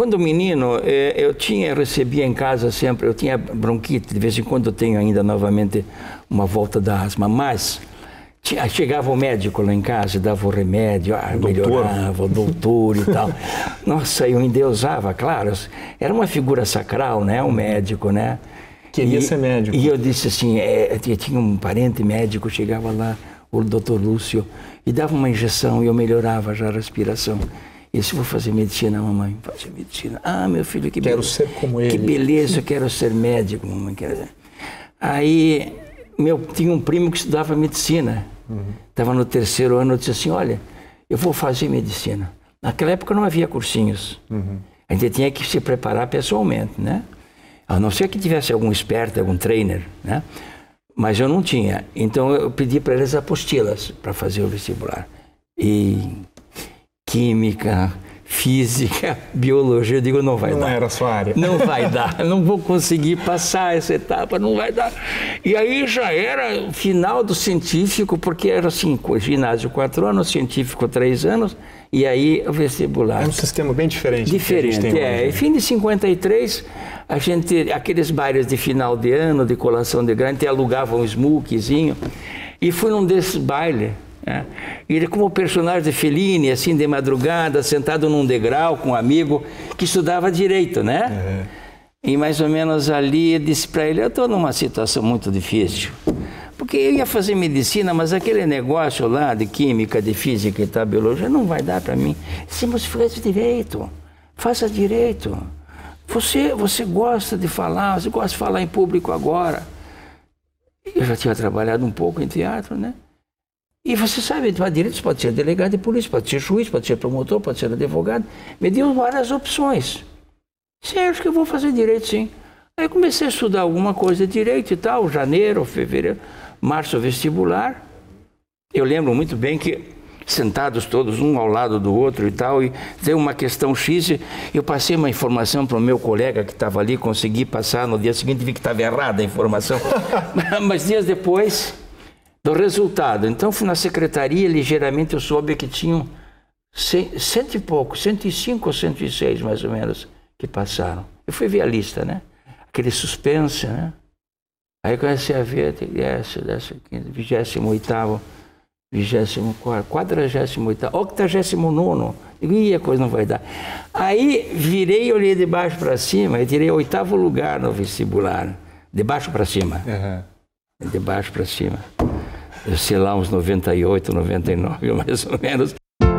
quando menino, eu recebia em casa sempre, eu tinha bronquite, de vez em quando eu tenho ainda novamente uma volta da asma, mas chegava o médico lá em casa, dava o remédio, melhorava, o doutor e tal. Nossa, eu endeusava, claro, era uma figura sacral, né, o médico, né? Queria ser médico. E eu disse assim, eu tinha um parente médico, chegava lá, o doutor Lúcio, e dava uma injeção e eu melhorava já a respiração. E disse, vou fazer medicina, mamãe, fazer medicina. Ah, meu filho, que beleza. Quero ser como ele. Que beleza, eu quero ser médico, mamãe. Aí, tinha um primo que estudava medicina. Estava no 3º ano, eu disse assim, olha, eu vou fazer medicina. Naquela época não havia cursinhos. A gente tinha que se preparar pessoalmente, né? A não ser que tivesse algum esperto, algum trainer, né? Mas eu não tinha. Então eu pedi para eles apostilas para fazer o vestibular. E química, física, biologia, eu digo, não vai dar. Não era a sua área. Não vai dar, não vou conseguir passar essa etapa, não vai dar. E aí já era o final do científico, porque era assim, ginásio 4 anos, científico 3 anos, e aí o vestibular. É um sistema bem diferente. Diferente, do que a gente tem hoje, E fim de 53, aqueles bailes de final de ano, de colação de grande, alugava um smookzinho, e fui num desses bailes. E ele como personagem de Fellini, assim, de madrugada, sentado num degrau com um amigo que estudava direito, né? E mais ou menos ali eu disse para ele, eu estou numa situação muito difícil, porque eu ia fazer medicina, mas aquele negócio lá de química, de física e tal, biologia, não vai dar para mim. Se você faz direito, faça direito. Você gosta de falar, você gosta de falar em público agora. Eu já tinha trabalhado um pouco em teatro, né? E você sabe, direito pode ser delegado de polícia, pode ser juiz, pode ser promotor, pode ser advogado. Me deu várias opções. Sim, acho que eu vou fazer direito, sim. Aí comecei a estudar alguma coisa de direito e tal, janeiro, fevereiro, março, vestibular. Eu lembro muito bem que sentados todos um ao lado do outro e tal, e deu uma questão X, eu passei uma informação para o meu colega que estava ali, consegui passar, no dia seguinte vi que estava errada a informação, mas dias depois do resultado, então fui na secretaria, ligeiramente eu soube que tinham 100 e pouco, 105 ou 106 mais ou menos, que passaram. Eu fui ver a lista, né? Aquele suspense, né? Aí comecei a ver, desce aqui, 28º, 24º, 48º, 89º. Digo, a coisa não vai dar. Aí virei e olhei de baixo para cima e tirei 8º lugar no vestibular. De baixo para cima. De baixo para cima. Eu sei lá, uns 98, 99, mais ou menos.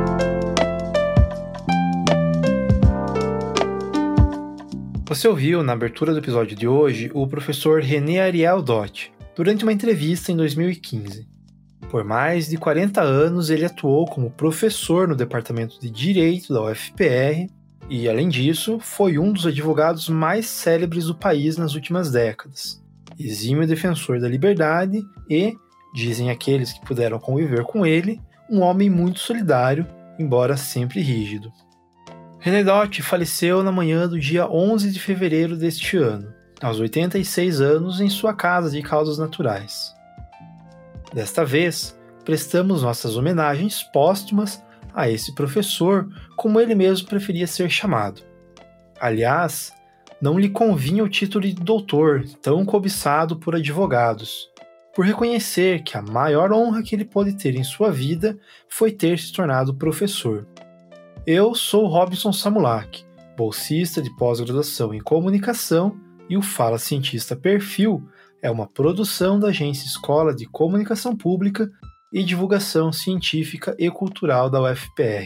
Você ouviu, na abertura do episódio de hoje, o professor René Ariel Dott, durante uma entrevista em 2015. Por mais de 40 anos, ele atuou como professor no Departamento de Direito da UFPR e, além disso, foi um dos advogados mais célebres do país nas últimas décadas. Exímio defensor da liberdade e, dizem aqueles que puderam conviver com ele, um homem muito solidário, embora sempre rígido. René Dott faleceu na manhã do dia 11 de fevereiro deste ano, aos 86 anos, em sua casa de causas naturais. Desta vez, prestamos nossas homenagens póstumas a esse professor, como ele mesmo preferia ser chamado. Aliás, não lhe convinha o título de doutor, tão cobiçado por advogados, por reconhecer que a maior honra que ele pôde ter em sua vida foi ter se tornado professor. Eu sou Robson Samulak, bolsista de pós-graduação em comunicação, e o Fala Cientista Perfil é uma produção da Agência Escola de Comunicação Pública e Divulgação Científica e Cultural da UFPR.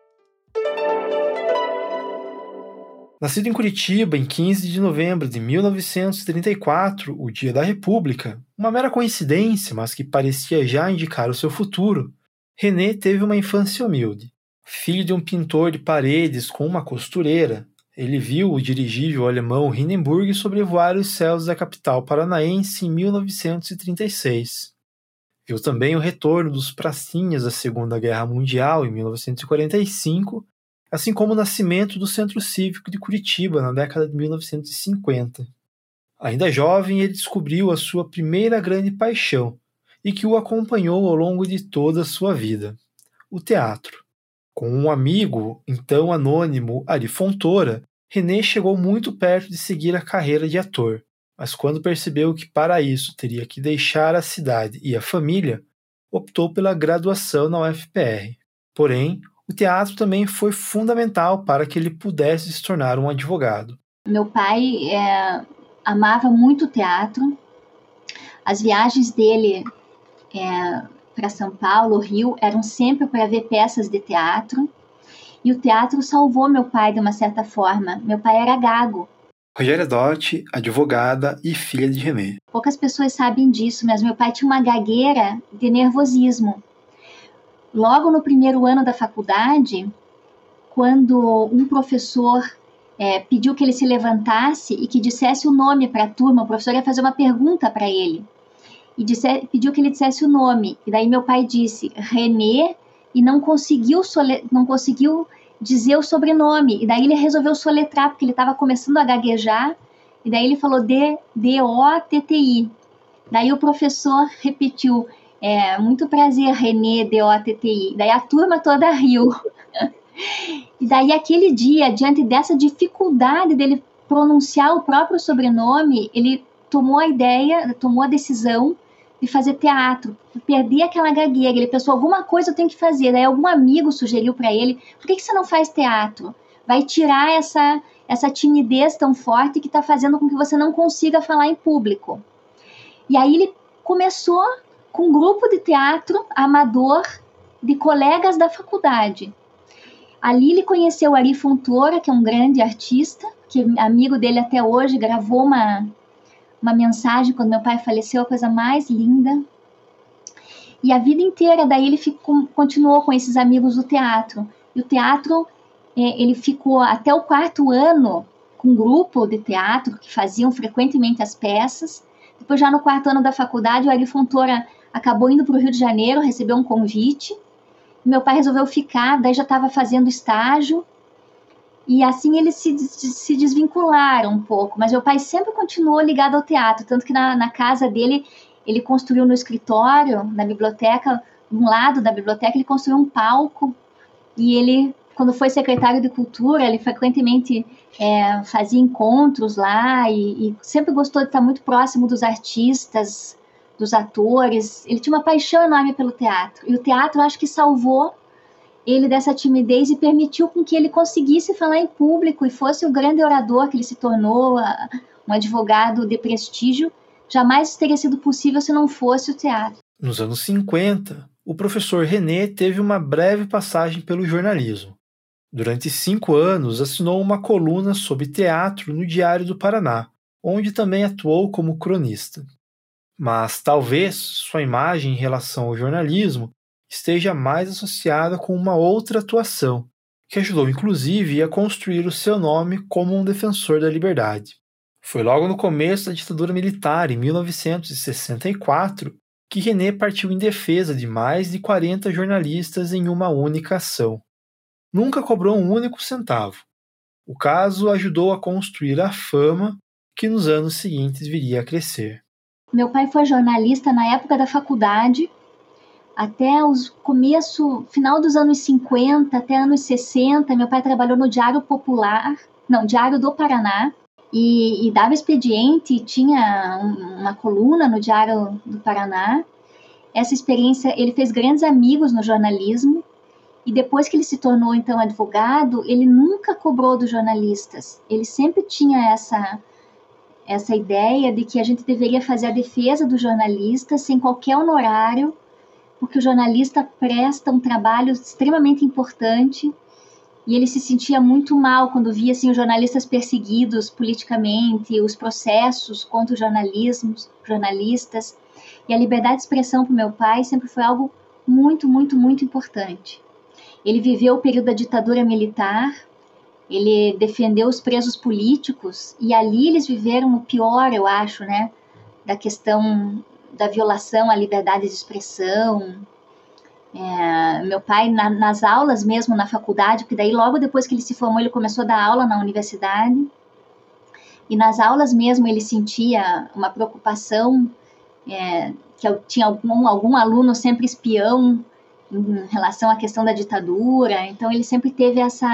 Nascido em Curitiba em 15 de novembro de 1934, o Dia da República, uma mera coincidência, mas que parecia já indicar o seu futuro, René teve uma infância humilde. Filho de um pintor de paredes com uma costureira, ele viu o dirigível alemão Hindenburg sobrevoar os céus da capital paranaense em 1936. Viu também o retorno dos pracinhas da Segunda Guerra Mundial em 1945, assim como o nascimento do Centro Cívico de Curitiba na década de 1950. Ainda jovem, ele descobriu a sua primeira grande paixão e que o acompanhou ao longo de toda a sua vida: o teatro. Com um amigo, então anônimo, Ari Fontoura, René chegou muito perto de seguir a carreira de ator, mas quando percebeu que para isso teria que deixar a cidade e a família, optou pela graduação na UFPR. Porém, o teatro também foi fundamental para que ele pudesse se tornar um advogado. Meu pai amava muito teatro. As viagens dele para São Paulo, Rio, eram sempre para ver peças de teatro. E o teatro salvou meu pai de uma certa forma. Meu pai era gago. Rogéria Dott, advogada e filha de René. Poucas pessoas sabem disso, mas meu pai tinha uma gagueira de nervosismo. Logo no primeiro ano da faculdade, quando um professor pediu que ele se levantasse e que dissesse o nome para a turma, o professor ia fazer uma pergunta para ele. E pediu que ele dissesse o nome. E daí meu pai disse René e não conseguiu dizer o sobrenome. E daí ele resolveu soletrar, porque ele estava começando a gaguejar. E daí ele falou D-O-T-T-I. Daí o professor repetiu, muito prazer, René, D-O-T-T-I. Daí a turma toda riu. E daí aquele dia, diante dessa dificuldade dele pronunciar o próprio sobrenome, ele tomou a decisão de fazer teatro, de perder aquela gagueira. Ele pensou, alguma coisa eu tenho que fazer. Daí algum amigo sugeriu para ele, por que você não faz teatro? Vai tirar essa timidez tão forte que está fazendo com que você não consiga falar em público. E aí ele começou com um grupo de teatro amador de colegas da faculdade. Ali ele conheceu Ari Fontoura, que é um grande artista, que é amigo dele até hoje, gravou uma mensagem quando meu pai faleceu, a coisa mais linda. E a vida inteira daí ele continuou com esses amigos do teatro. E o teatro, ele ficou até o 4º ano com um grupo de teatro que faziam frequentemente as peças. Depois já no 4º ano da faculdade, o Ari Fontoura acabou indo para o Rio de Janeiro, recebeu um convite. Meu pai resolveu ficar, daí já estava fazendo estágio. E assim eles se desvincularam um pouco, mas meu pai sempre continuou ligado ao teatro, tanto que na casa dele, ele construiu no escritório, na biblioteca, um lado da biblioteca, ele construiu um palco, e ele, quando foi secretário de cultura, ele frequentemente fazia encontros lá, e sempre gostou de estar muito próximo dos artistas, dos atores. Ele tinha uma paixão enorme pelo teatro, e o teatro acho que salvou ele dessa timidez e permitiu com que ele conseguisse falar em público e fosse o grande orador que ele se tornou, um advogado de prestígio. Jamais teria sido possível se não fosse o teatro. Nos anos 50, o professor René teve uma breve passagem pelo jornalismo. Durante 5 anos, assinou uma coluna sobre teatro no Diário do Paraná, onde também atuou como cronista. Mas talvez sua imagem em relação ao jornalismo esteja mais associada com uma outra atuação, que ajudou inclusive a construir o seu nome como um defensor da liberdade. Foi logo no começo da ditadura militar, em 1964, que René partiu em defesa de mais de 40 jornalistas em uma única ação. Nunca cobrou um único centavo. O caso ajudou a construir a fama que nos anos seguintes viria a crescer. Meu pai foi jornalista na época da faculdade, até final dos anos 50, até anos 60, meu pai trabalhou no Diário do Paraná, e dava expediente, tinha uma coluna no Diário do Paraná. Essa experiência, ele fez grandes amigos no jornalismo, e depois que ele se tornou, então, advogado, ele nunca cobrou dos jornalistas. Ele sempre tinha essa ideia de que a gente deveria fazer a defesa do jornalista sem qualquer honorário, porque o jornalista presta um trabalho extremamente importante, e ele se sentia muito mal quando via assim, os jornalistas perseguidos politicamente, os processos contra os jornalistas, e a liberdade de expressão para o meu pai sempre foi algo muito, muito, muito importante. Ele viveu o período da ditadura militar, ele defendeu os presos políticos, e ali eles viveram o pior, eu acho, né, da questão da violação à liberdade de expressão. Meu pai, nas aulas mesmo, na faculdade, porque daí logo depois que ele se formou, ele começou a dar aula na universidade, e nas aulas mesmo ele sentia uma preocupação, que tinha algum aluno sempre espião em relação à questão da ditadura, então ele sempre teve essa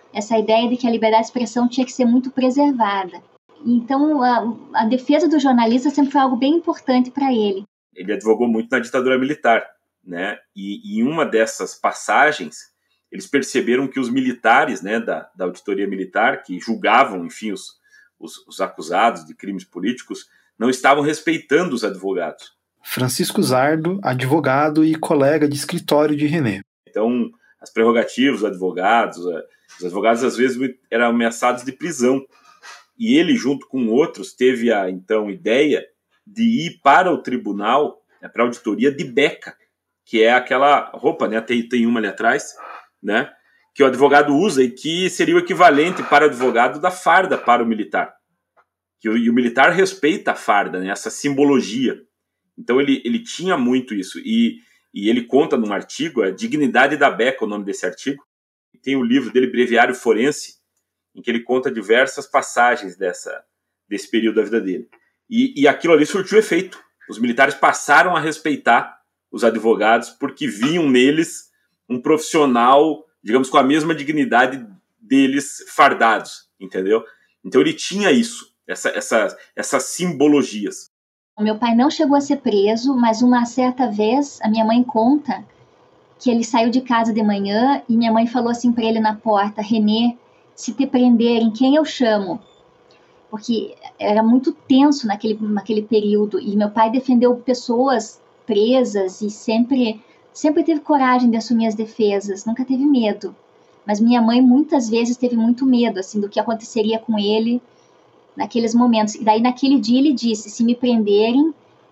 essa ideia de que a liberdade de expressão tinha que ser muito preservada. Então, a defesa do jornalista sempre foi algo bem importante para ele. Ele advogou muito na ditadura militar, né? E em uma dessas passagens, eles perceberam que os militares, né, da auditoria militar, que julgavam, enfim, os acusados de crimes políticos, não estavam respeitando os advogados. Francisco Zardo, advogado e colega de escritório de René. Então, as prerrogativas dos advogados, os advogados às vezes eram ameaçados de prisão. E ele, junto com outros, teve a então ideia de ir para o tribunal, né, para a auditoria de beca, que é aquela roupa, né, tem uma ali atrás, né, que o advogado usa e que seria o equivalente para o advogado da farda para o militar. E o militar respeita a farda, né, essa simbologia. Então ele tinha muito isso. E ele conta num artigo, a Dignidade da Beca, o nome desse artigo. Tem o livro dele, Breviário Forense, em que ele conta diversas passagens desse período da vida dele. E aquilo ali surtiu efeito. Os militares passaram a respeitar os advogados porque viam neles um profissional, digamos, com a mesma dignidade deles fardados, entendeu? Então ele tinha isso, essas simbologias. O meu pai não chegou a ser preso, mas uma certa vez a minha mãe conta que ele saiu de casa de manhã e minha mãe falou assim para ele na porta: René, se te prenderem, quem eu chamo? Porque era muito tenso naquele período e meu pai defendeu pessoas presas e sempre teve coragem de assumir as defesas, nunca teve medo. Mas minha mãe muitas vezes teve muito medo assim, do que aconteceria com ele naqueles momentos. E daí naquele dia ele disse: se me prenderem,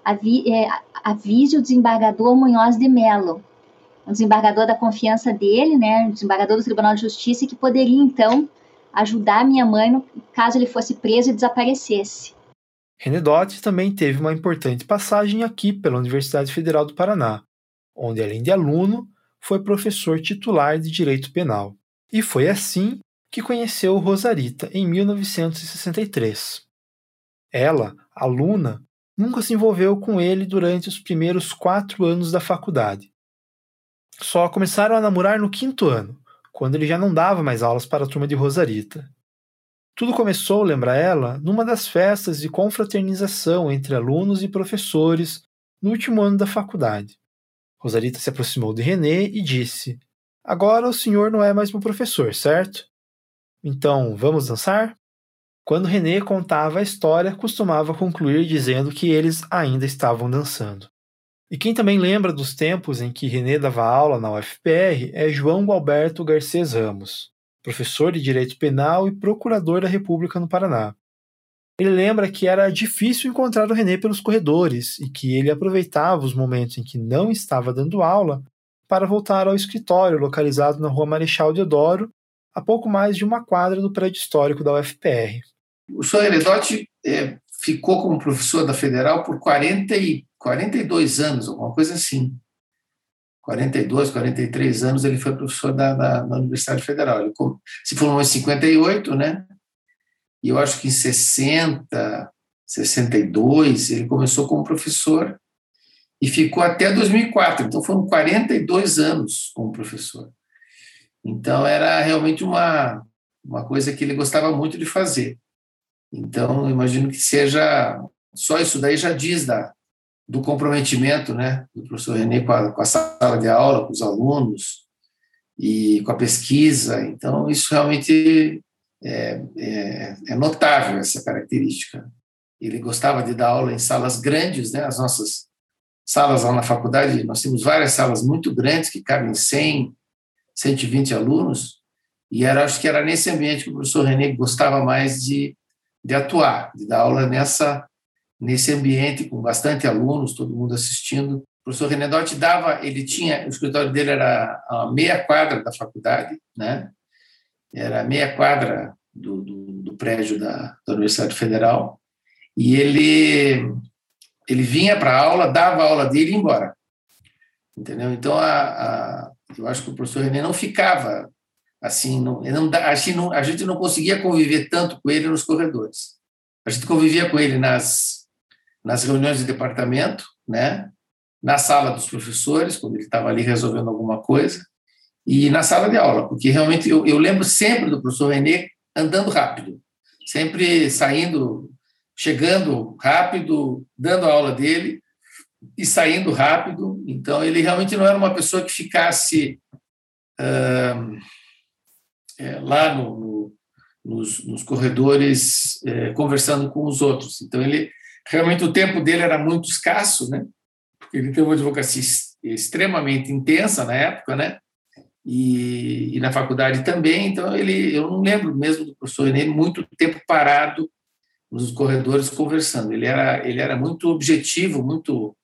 avise o desembargador Munhoz de Mello, um desembargador da confiança dele, né, um desembargador do Tribunal de Justiça, que poderia então ajudar minha mãe no caso ele fosse preso e desaparecesse. René Dott também teve uma importante passagem aqui pela Universidade Federal do Paraná, onde, além de aluno, foi professor titular de Direito Penal. E foi assim que conheceu Rosarita em 1963. Ela, aluna, nunca se envolveu com ele durante os primeiros 4 anos da faculdade. Só começaram a namorar no 5º ano, quando ele já não dava mais aulas para a turma de Rosarita. Tudo começou, lembra ela, numa das festas de confraternização entre alunos e professores no último ano da faculdade. Rosarita se aproximou de René e disse: agora o senhor não é mais meu professor, certo? Então, vamos dançar? Quando René contava a história, costumava concluir dizendo que eles ainda estavam dançando. E quem também lembra dos tempos em que René dava aula na UFPR é João Gualberto Garcês Ramos, professor de Direito Penal e procurador da República no Paraná. Ele lembra que era difícil encontrar o René pelos corredores e que ele aproveitava os momentos em que não estava dando aula para voltar ao escritório localizado na Rua Marechal Deodoro, a pouco mais de uma quadra do prédio histórico da UFPR. O senhor René Dott ficou como professor da Federal por 42 anos, alguma coisa assim. 42, 43 anos ele foi professor da Universidade Federal. Ele se formou em 58, né? E eu acho que em 60, 62, ele começou como professor e ficou até 2004. Então foram 42 anos como professor. Então era realmente uma coisa que ele gostava muito de fazer. Então eu imagino que seja só isso daí já diz do comprometimento, né, do professor René com a sala de aula, com os alunos e com a pesquisa. Então isso realmente é notável, essa característica. Ele gostava de dar aula em salas grandes, né, as nossas salas lá na faculdade, nós temos várias salas muito grandes que cabem 100, 120 alunos, e acho que era nesse ambiente que o professor René gostava mais de atuar, de dar aula nesse ambiente com bastante alunos, todo mundo assistindo. O professor René Dott o escritório dele era a meia quadra da faculdade, né? Era a meia quadra do prédio da Universidade Federal, e ele vinha para a aula, dava a aula dele e ia embora. Entendeu? Então, eu acho que o professor René não ficava assim, a gente não conseguia conviver tanto com ele nos corredores. A gente convivia com ele nas reuniões de departamento, né? Na sala dos professores, quando ele estava ali resolvendo alguma coisa, e na sala de aula, porque realmente eu lembro sempre do professor René andando rápido, sempre saindo, chegando rápido, dando a aula dele e saindo rápido. Então, ele realmente não era uma pessoa que ficasse lá nos corredores conversando com os outros. Então, ele realmente o tempo dele era muito escasso, né? Porque ele teve uma advocacia extremamente intensa na época, né? E na faculdade também. Então, eu não lembro mesmo do professor René muito tempo parado nos corredores conversando. Ele era muito objetivo, muito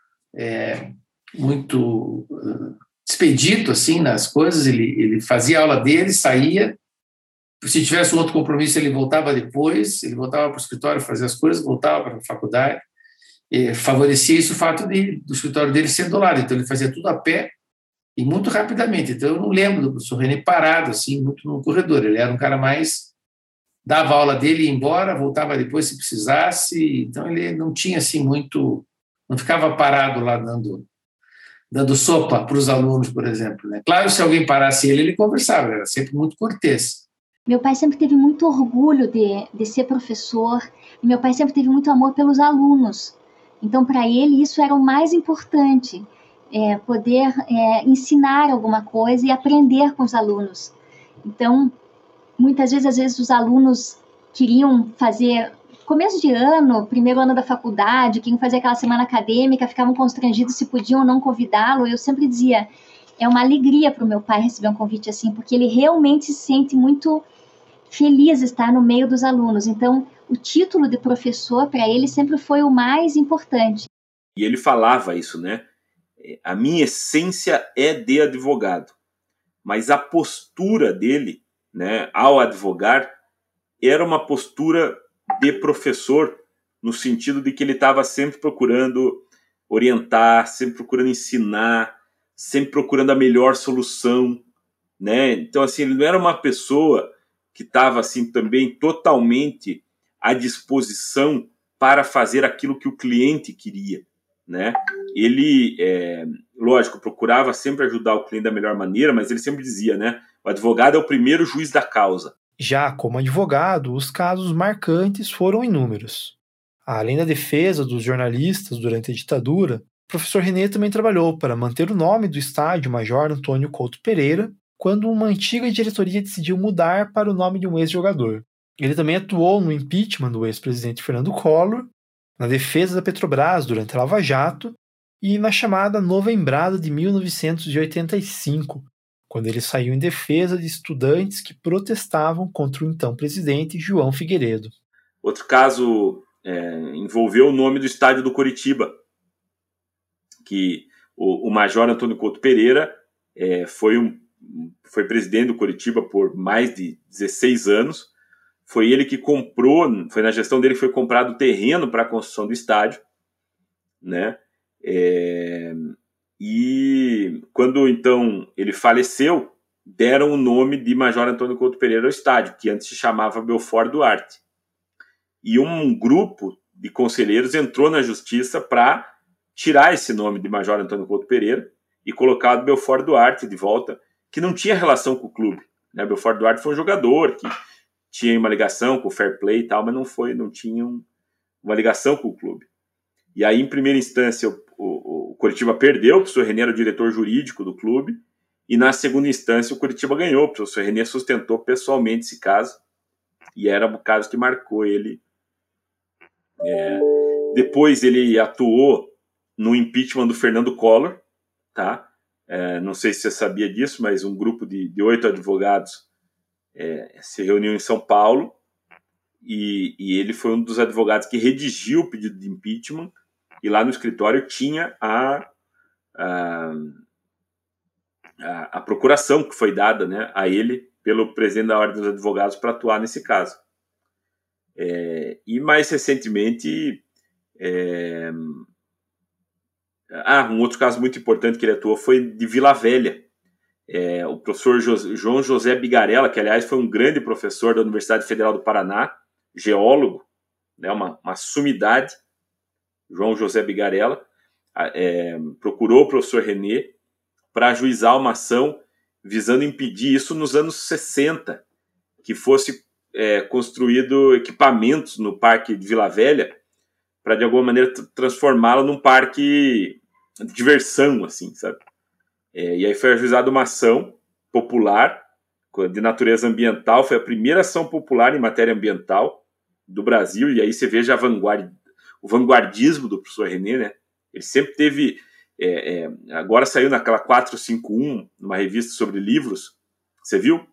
expedito assim nas coisas. Ele fazia a aula dele, saía. Se tivesse um outro compromisso, ele voltava depois. Ele voltava para o escritório, fazia as coisas, voltava para a faculdade. Favorecia isso o fato do escritório dele ser do lado. Então, ele fazia tudo a pé e muito rapidamente. Então, eu não lembro do professor René parado, assim, muito no corredor. Ele era um cara mais... dava a aula dele, ia embora, voltava depois se precisasse. Então, ele não tinha, assim, muito... não ficava parado lá dando sopa para os alunos, por exemplo, né? Claro, se alguém parasse ele conversava, ele era sempre muito cortês. Meu pai sempre teve muito orgulho de ser professor, e meu pai sempre teve muito amor pelos alunos. Então, para ele, isso era o mais importante. Poder ensinar alguma coisa e aprender com os alunos. Então, muitas vezes, às vezes, os alunos queriam fazer começo de ano, primeiro ano da faculdade, queriam fazer aquela semana acadêmica, ficavam constrangidos se podiam ou não convidá-lo. Eu sempre dizia, é uma alegria para o meu pai receber um convite assim, porque ele realmente se sente muito feliz de estar no meio dos alunos. Então, o título de professor, para ele, sempre foi o mais importante. E ele falava isso, né? A minha essência é de advogado, mas a postura dele, né, ao advogar, era uma postura de professor, no sentido de que ele estava sempre procurando orientar, sempre procurando ensinar, sempre procurando a melhor solução, né? Então, assim, ele não era uma pessoa que estava, assim, também totalmente à disposição para fazer aquilo que o cliente queria, né? Ele, lógico, procurava sempre ajudar o cliente da melhor maneira, mas ele sempre dizia, né? O advogado é o primeiro juiz da causa. Já como advogado, os casos marcantes foram inúmeros. Além da defesa dos jornalistas durante a ditadura, o professor René também trabalhou para manter o nome do estádio Major Antônio Couto Pereira, quando uma antiga diretoria decidiu mudar para o nome de um ex-jogador. Ele também atuou no impeachment do ex-presidente Fernando Collor, na defesa da Petrobras durante a Lava Jato e na chamada Novembrada de 1985, quando ele saiu em defesa de estudantes que protestavam contra o então presidente João Figueiredo. Outro caso envolveu o nome do estádio do Coritiba, que o Major Antônio Couto Pereira foi presidente do Coritiba por mais de 16 anos. Foi ele que comprou, foi na gestão dele que foi comprado o terreno para a construção do estádio, né? E quando então ele faleceu, deram o nome de Major Antônio Couto Pereira ao estádio, que antes se chamava Belfort Duarte. E um grupo de conselheiros entrou na justiça para tirar esse nome de Major Antônio Couto Pereira e colocar o Belfort Duarte de volta, que não tinha relação com o clube, né? Belfort Duarte foi um jogador que tinha uma ligação com o fair play e tal, mas não tinha uma ligação com o clube. E aí, em primeira instância, o Coritiba perdeu, o professor René era o diretor jurídico do clube, e na segunda instância o Coritiba ganhou, o professor René sustentou pessoalmente esse caso, e era um caso que marcou ele. Depois ele atuou no impeachment do Fernando Collor, tá? Não sei se você sabia disso, mas um grupo de 8 advogados se reuniu em São Paulo e ele foi um dos advogados que redigiu o pedido de impeachment, e lá no escritório tinha a procuração que foi dada, né, a ele pelo presidente da Ordem dos Advogados para atuar nesse caso. E mais recentemente, um outro caso muito importante que ele atuou foi de Vila Velha. O professor João José Bigarella, que aliás foi um grande professor da Universidade Federal do Paraná, geólogo, né, uma sumidade, João José Bigarella, procurou o professor René para ajuizar uma ação visando impedir isso nos anos 60, que fosse construído equipamentos no Parque de Vila Velha para, de alguma maneira, transformá-lo num parque de diversão, assim, sabe? E aí foi ajuizada uma ação popular de natureza ambiental, foi a primeira ação popular em matéria ambiental do Brasil, e aí você veja o vanguardismo do professor René, né? Ele sempre teve... agora saiu naquela 451, numa revista sobre livros, você viu?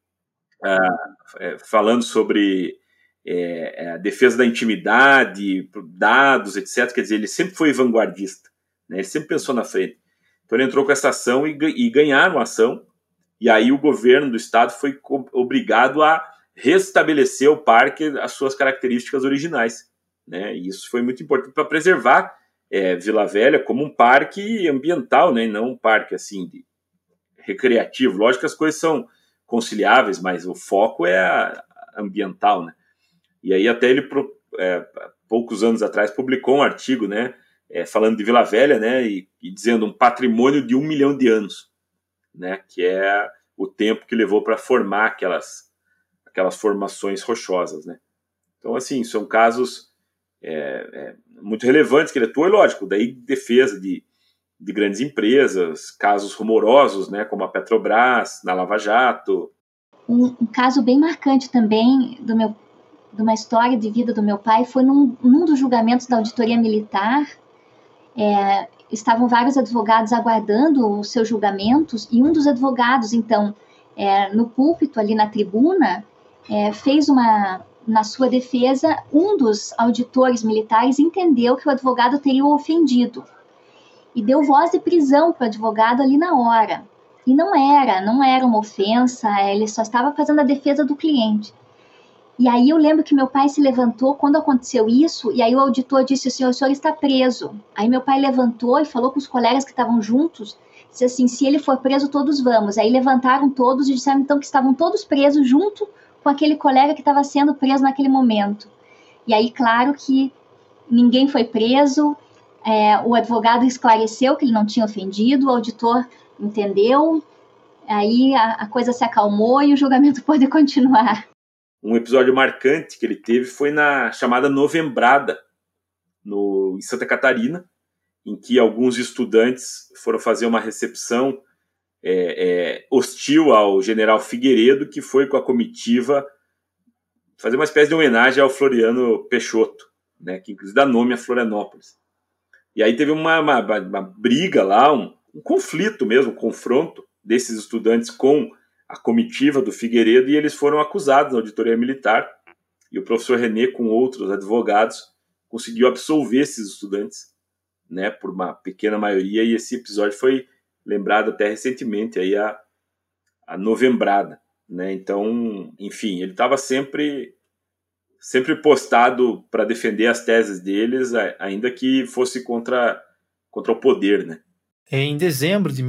Falando sobre a defesa da intimidade, dados, etc. Quer dizer, ele sempre foi vanguardista, né? Ele sempre pensou na frente. Então ele entrou com essa ação e ganharam a ação, e aí o governo do estado foi obrigado a restabelecer o parque as suas características originais, né? E isso foi muito importante para preservar Vila Velha como um parque ambiental, né? E não um parque assim, recreativo. Lógico que as coisas são conciliáveis, mas o foco é ambiental, né? E aí até ele, poucos anos atrás, publicou um artigo, né? Falando de Vila Velha, né? E dizendo um patrimônio de 1 milhão de anos, né? Que é o tempo que levou para formar aquelas formações rochosas, né? Então, assim, são casos muito relevantes que ele atuou, e lógico, daí defesa de grandes empresas, casos rumorosos, né, como a Petrobras, na Lava Jato. Um caso bem marcante também de uma história de vida do meu pai foi num dos julgamentos da Auditoria Militar. Estavam vários advogados aguardando os seus julgamentos, e um dos advogados, então, no púlpito, ali na tribuna, fez na sua defesa, um dos auditores militares entendeu que o advogado teria o ofendido e deu voz de prisão para o advogado ali na hora. E não era uma ofensa, ele só estava fazendo a defesa do cliente. E aí eu lembro que meu pai se levantou quando aconteceu isso, e aí o auditor disse assim: o senhor está preso. Aí meu pai levantou e falou com os colegas que estavam juntos, disse assim: se ele for preso, todos vamos. Aí levantaram todos e disseram então que estavam todos presos junto com aquele colega que estava sendo preso naquele momento. E aí, claro que ninguém foi preso, o advogado esclareceu que ele não tinha ofendido, o auditor entendeu, aí a coisa se acalmou e o julgamento pôde continuar. Um episódio marcante que ele teve foi na chamada Novembrada, em Santa Catarina, em que alguns estudantes foram fazer uma recepção hostil ao general Figueiredo, que foi com a comitiva fazer uma espécie de homenagem ao Floriano Peixoto, né, que inclusive dá nome a Florianópolis. E aí teve uma briga lá, um conflito mesmo, um confronto desses estudantes com a comitiva do Figueiredo, e eles foram acusados na auditoria militar, e o professor René, com outros advogados, conseguiu absolver esses estudantes, né, por uma pequena maioria, e esse episódio foi lembrado até recentemente, aí a Novembrada, né? Então, enfim, ele estava sempre postado para defender as teses deles, ainda que fosse contra o poder, né? Em dezembro de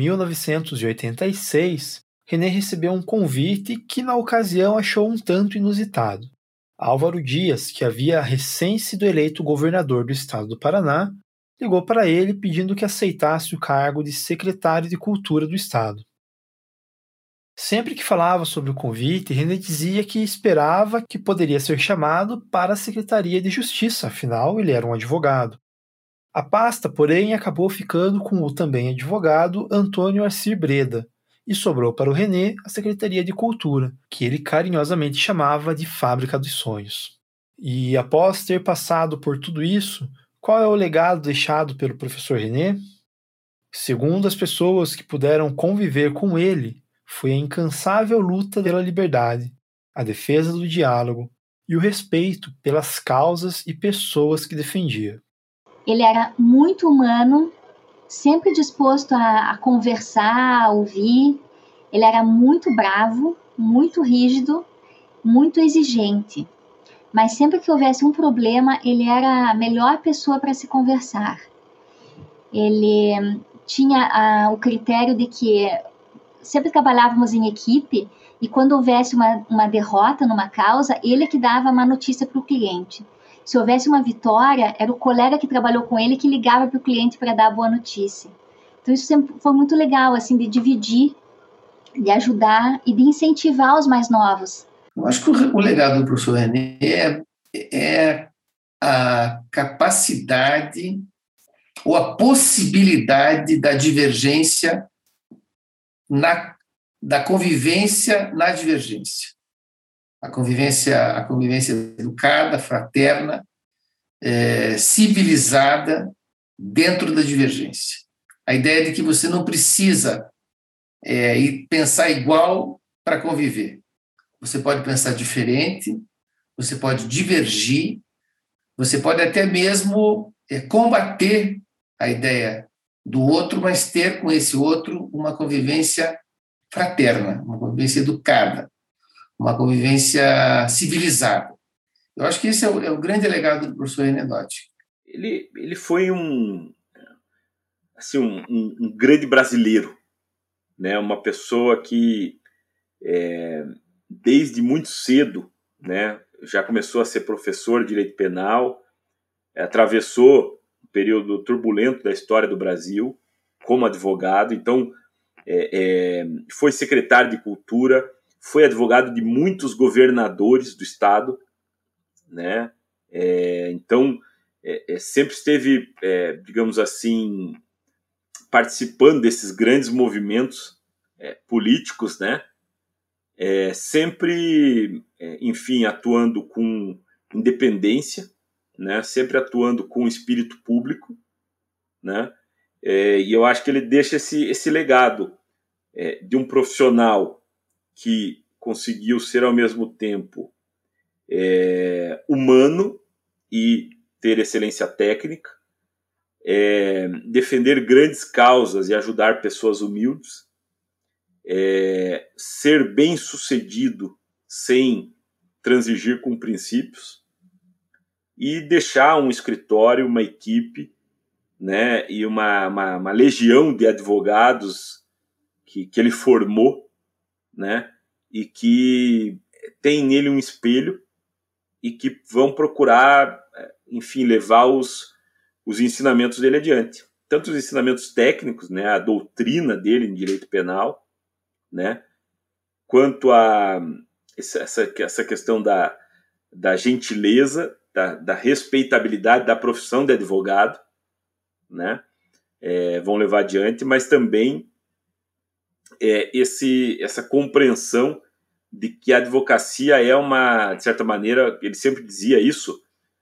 1986, René recebeu um convite que, na ocasião, achou um tanto inusitado. Álvaro Dias, que havia recém sido eleito governador do estado do Paraná, ligou para ele pedindo que aceitasse o cargo de secretário de Cultura do estado. Sempre que falava sobre o convite, René dizia que esperava que poderia ser chamado para a Secretaria de Justiça, afinal ele era um advogado. A pasta, porém, acabou ficando com o também advogado Antônio Arcir Breda, e sobrou para o René a Secretaria de Cultura, que ele carinhosamente chamava de Fábrica dos Sonhos. E após ter passado por tudo isso, qual é o legado deixado pelo professor René? Segundo as pessoas que puderam conviver com ele, foi a incansável luta pela liberdade, a defesa do diálogo e o respeito pelas causas e pessoas que defendia. Ele era muito humano, sempre disposto a conversar, a ouvir. Ele era muito bravo, muito rígido, muito exigente. Mas sempre que houvesse um problema, ele era a melhor pessoa para se conversar. Ele tinha o critério de que sempre trabalhávamos em equipe, e quando houvesse uma derrota numa causa, ele que dava a má notícia para o cliente. Se houvesse uma vitória, era o colega que trabalhou com ele que ligava para o cliente para dar a boa notícia. Então isso sempre foi muito legal, assim, de dividir de ajudar e de incentivar os mais novos. Eu acho que o legado do professor René é a capacidade ou a possibilidade da divergência, da convivência na divergência. A convivência educada, fraterna, civilizada dentro da divergência. A ideia de que você não precisa pensar igual para conviver. Você pode pensar diferente, você pode divergir, você pode até mesmo combater a ideia do outro, mas ter com esse outro uma convivência fraterna, uma convivência educada, uma convivência civilizada. Eu acho que esse é o grande legado do professor René Dott. Ele foi um grande brasileiro, né? Uma pessoa que desde muito cedo, né, já começou a ser professor de direito penal, atravessou um período turbulento da história do Brasil como advogado, então foi secretário de Cultura, foi advogado de muitos governadores do estado, né? Então sempre esteve, digamos assim, participando desses grandes movimentos políticos, né? Sempre, enfim, atuando com independência, né? Sempre atuando com espírito público, né? E eu acho que ele deixa esse legado de um profissional que conseguiu ser ao mesmo tempo humano e ter excelência técnica, defender grandes causas e ajudar pessoas humildes, ser bem-sucedido sem transigir com princípios e deixar um escritório, uma equipe, né, e uma legião de advogados que ele formou, né, e que tem nele um espelho e que vão procurar, enfim, levar os ensinamentos dele adiante. Tanto os ensinamentos técnicos, né, a doutrina dele em direito penal, né, quanto a essa questão da gentileza, da respeitabilidade da profissão de advogado, né, vão levar adiante, mas também essa compreensão de que a advocacia é de certa maneira, ele sempre dizia isso,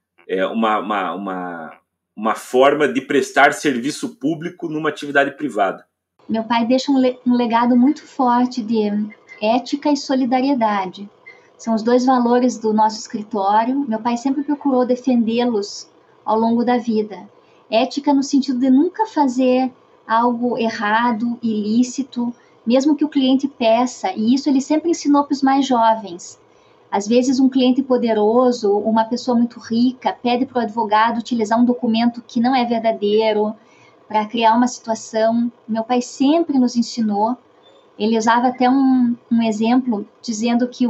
uma forma de prestar serviço público numa atividade privada. Meu pai deixa um legado muito forte de ética e solidariedade. São os dois valores do nosso escritório. Meu pai sempre procurou defendê-los ao longo da vida. Ética no sentido de nunca fazer algo errado, ilícito, mesmo que o cliente peça, e isso ele sempre ensinou para os mais jovens. Às vezes um cliente poderoso, uma pessoa muito rica, pede para o advogado utilizar um documento que não é verdadeiro para criar uma situação. Meu pai sempre nos ensinou. Ele usava até um exemplo dizendo que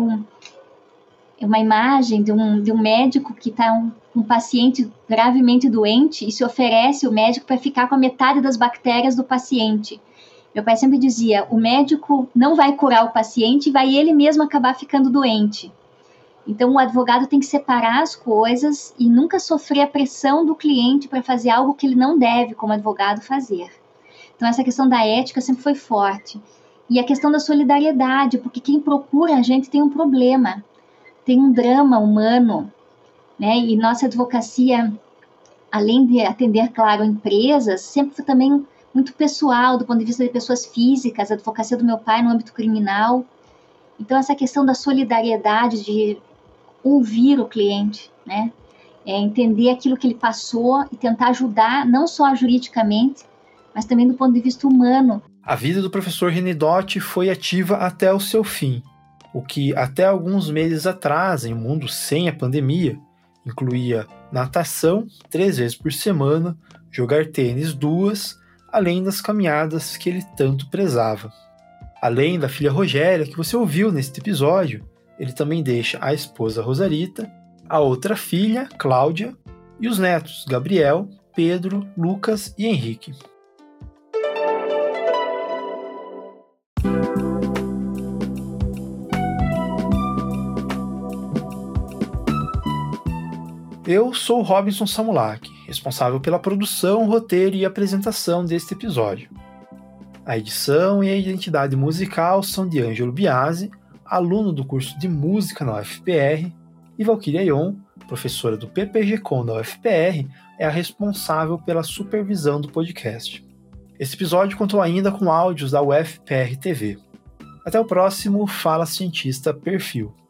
uma imagem de um médico que está um paciente gravemente doente e se oferece o médico para ficar com a metade das bactérias do paciente. Meu pai sempre dizia, o médico não vai curar o paciente e vai ele mesmo acabar ficando doente. Então, o advogado tem que separar as coisas e nunca sofrer a pressão do cliente para fazer algo que ele não deve, como advogado, fazer. Então, essa questão da ética sempre foi forte. E a questão da solidariedade, porque quem procura a gente tem um problema, tem um drama humano, né? E nossa advocacia, além de atender, claro, empresas, sempre foi também muito pessoal, do ponto de vista de pessoas físicas, a advocacia do meu pai no âmbito criminal. Então, essa questão da solidariedade, de ouvir o cliente, né? Entender aquilo que ele passou e tentar ajudar, não só juridicamente, mas também do ponto de vista humano. A vida do professor René Dott foi ativa até o seu fim, o que até alguns meses atrás, em um mundo sem a pandemia, incluía natação 3 vezes por semana, jogar tênis 2, além das caminhadas que ele tanto prezava. Além da filha Rogéria, que você ouviu neste episódio, ele também deixa a esposa Rosarita, a outra filha, Cláudia, e os netos Gabriel, Pedro, Lucas e Henrique. Eu sou o Robinson Samulak, responsável pela produção, roteiro e apresentação deste episódio. A edição e a identidade musical são de Ângelo Biasi, aluno do curso de música na UFPR, e Valquíria Ion, professora do PPG-Com da UFPR, é a responsável pela supervisão do podcast. Esse episódio contou ainda com áudios da UFPR TV. Até o próximo Fala Cientista Perfil.